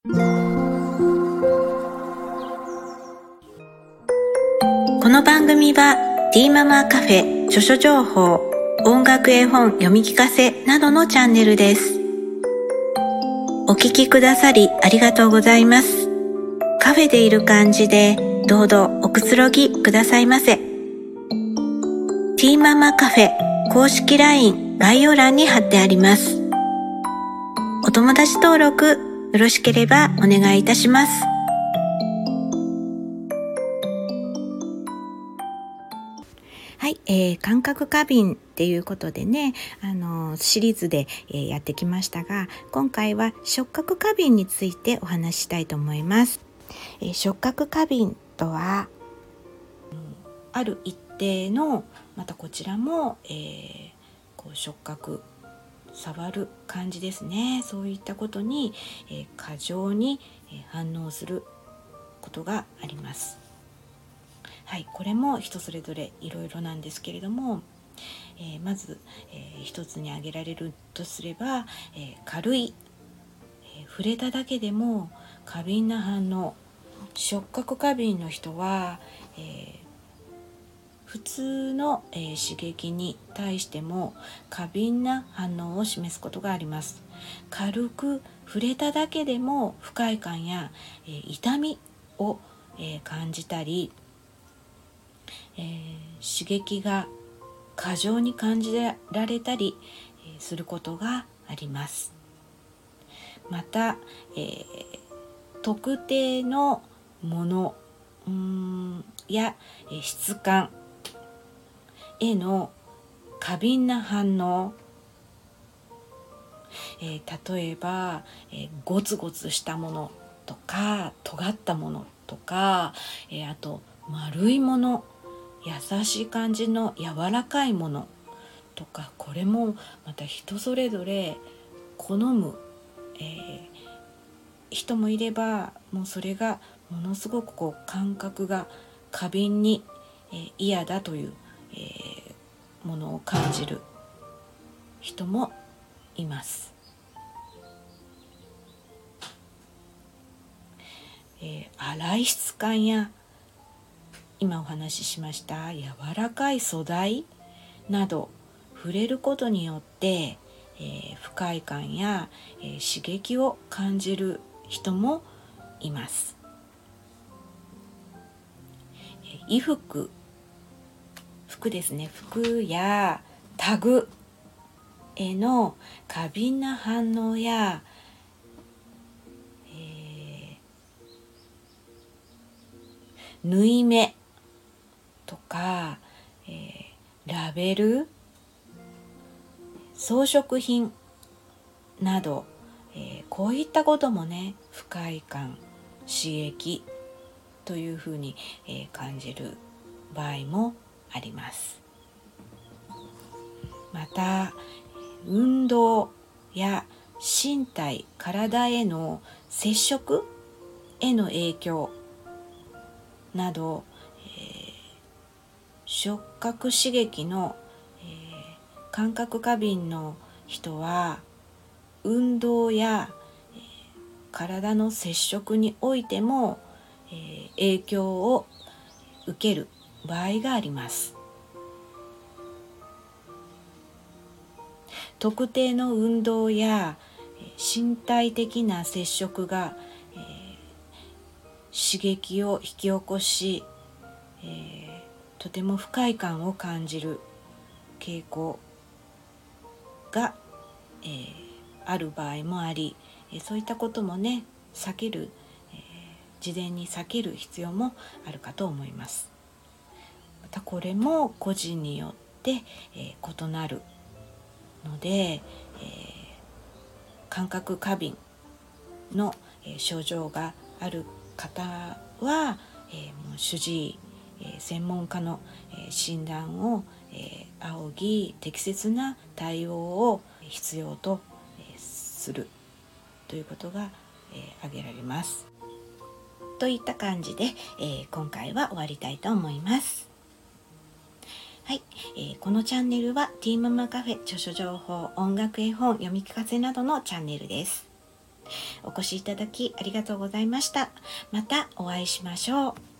この番組はティーママカフェ、著書情報、音楽絵本読み聞かせなどのチャンネルです。お聞きくださりありがとうございます。カフェでいる感じでどうぞおくつろぎくださいませ。ティーママカフェ公式 LINE 概要欄に貼ってあります。お友達登録よろしければお願いいたします。はい、感覚過敏っていうことでね、シリーズで、やってきましたが、今回は触覚過敏についてお話ししたいと思います。触覚過敏とは、ある一定の、またこちらも、こう触覚、触る感じですね。そういったことに、過剰に、反応することがあります。はい、これも人それぞれいろいろなんですけれども、まず、一つに挙げられるとすれば、軽い、触れただけでも過敏な反応。触覚過敏の人は、普通の、刺激に対しても過敏な反応を示すことがあります。軽く触れただけでも不快感や、痛みを、感じたり、刺激が過剰に感じられたりすることがあります。また、特定のものや質感への過敏な反応、例えば、ゴツゴツしたものとか尖ったものとか、あと丸いもの、優しい感じの柔らかいものとか、これもまた人それぞれ好む、人もいれば、もうそれがものすごくこう感覚が過敏に、嫌だという、ものを感じる人もいます。粗い質感や今お話ししました柔らかい素材など、触れることによって、不快感や、刺激を感じる人もいます。衣服ですね。服やタグへの過敏な反応や、縫い目とか、ラベル、装飾品など、こういったこともね、不快感、刺激というふうに、感じる場合もあります。また、運動や身体、体への接触への影響など、触覚刺激の、感覚過敏の人は運動や、体の接触においても、影響を受ける場合があります。特定の運動や身体的な接触が、刺激を引き起こし、とても不快感を感じる傾向が、ある場合もあり、そういったこともね、避ける、事前に避ける必要もあるかと思います。またこれも個人によって、異なるので、感覚過敏の、症状がある方は、もう主治医、専門家の、診断を、仰ぎ、適切な対応を必要と、するということが、挙げられます。といった感じで、今回は終わりたいと思います。はい、このチャンネルはティーママカフェ、著書情報、音楽絵本、読み聞かせなどのチャンネルです。 お越しいただきありがとうございました。またお会いしましょう。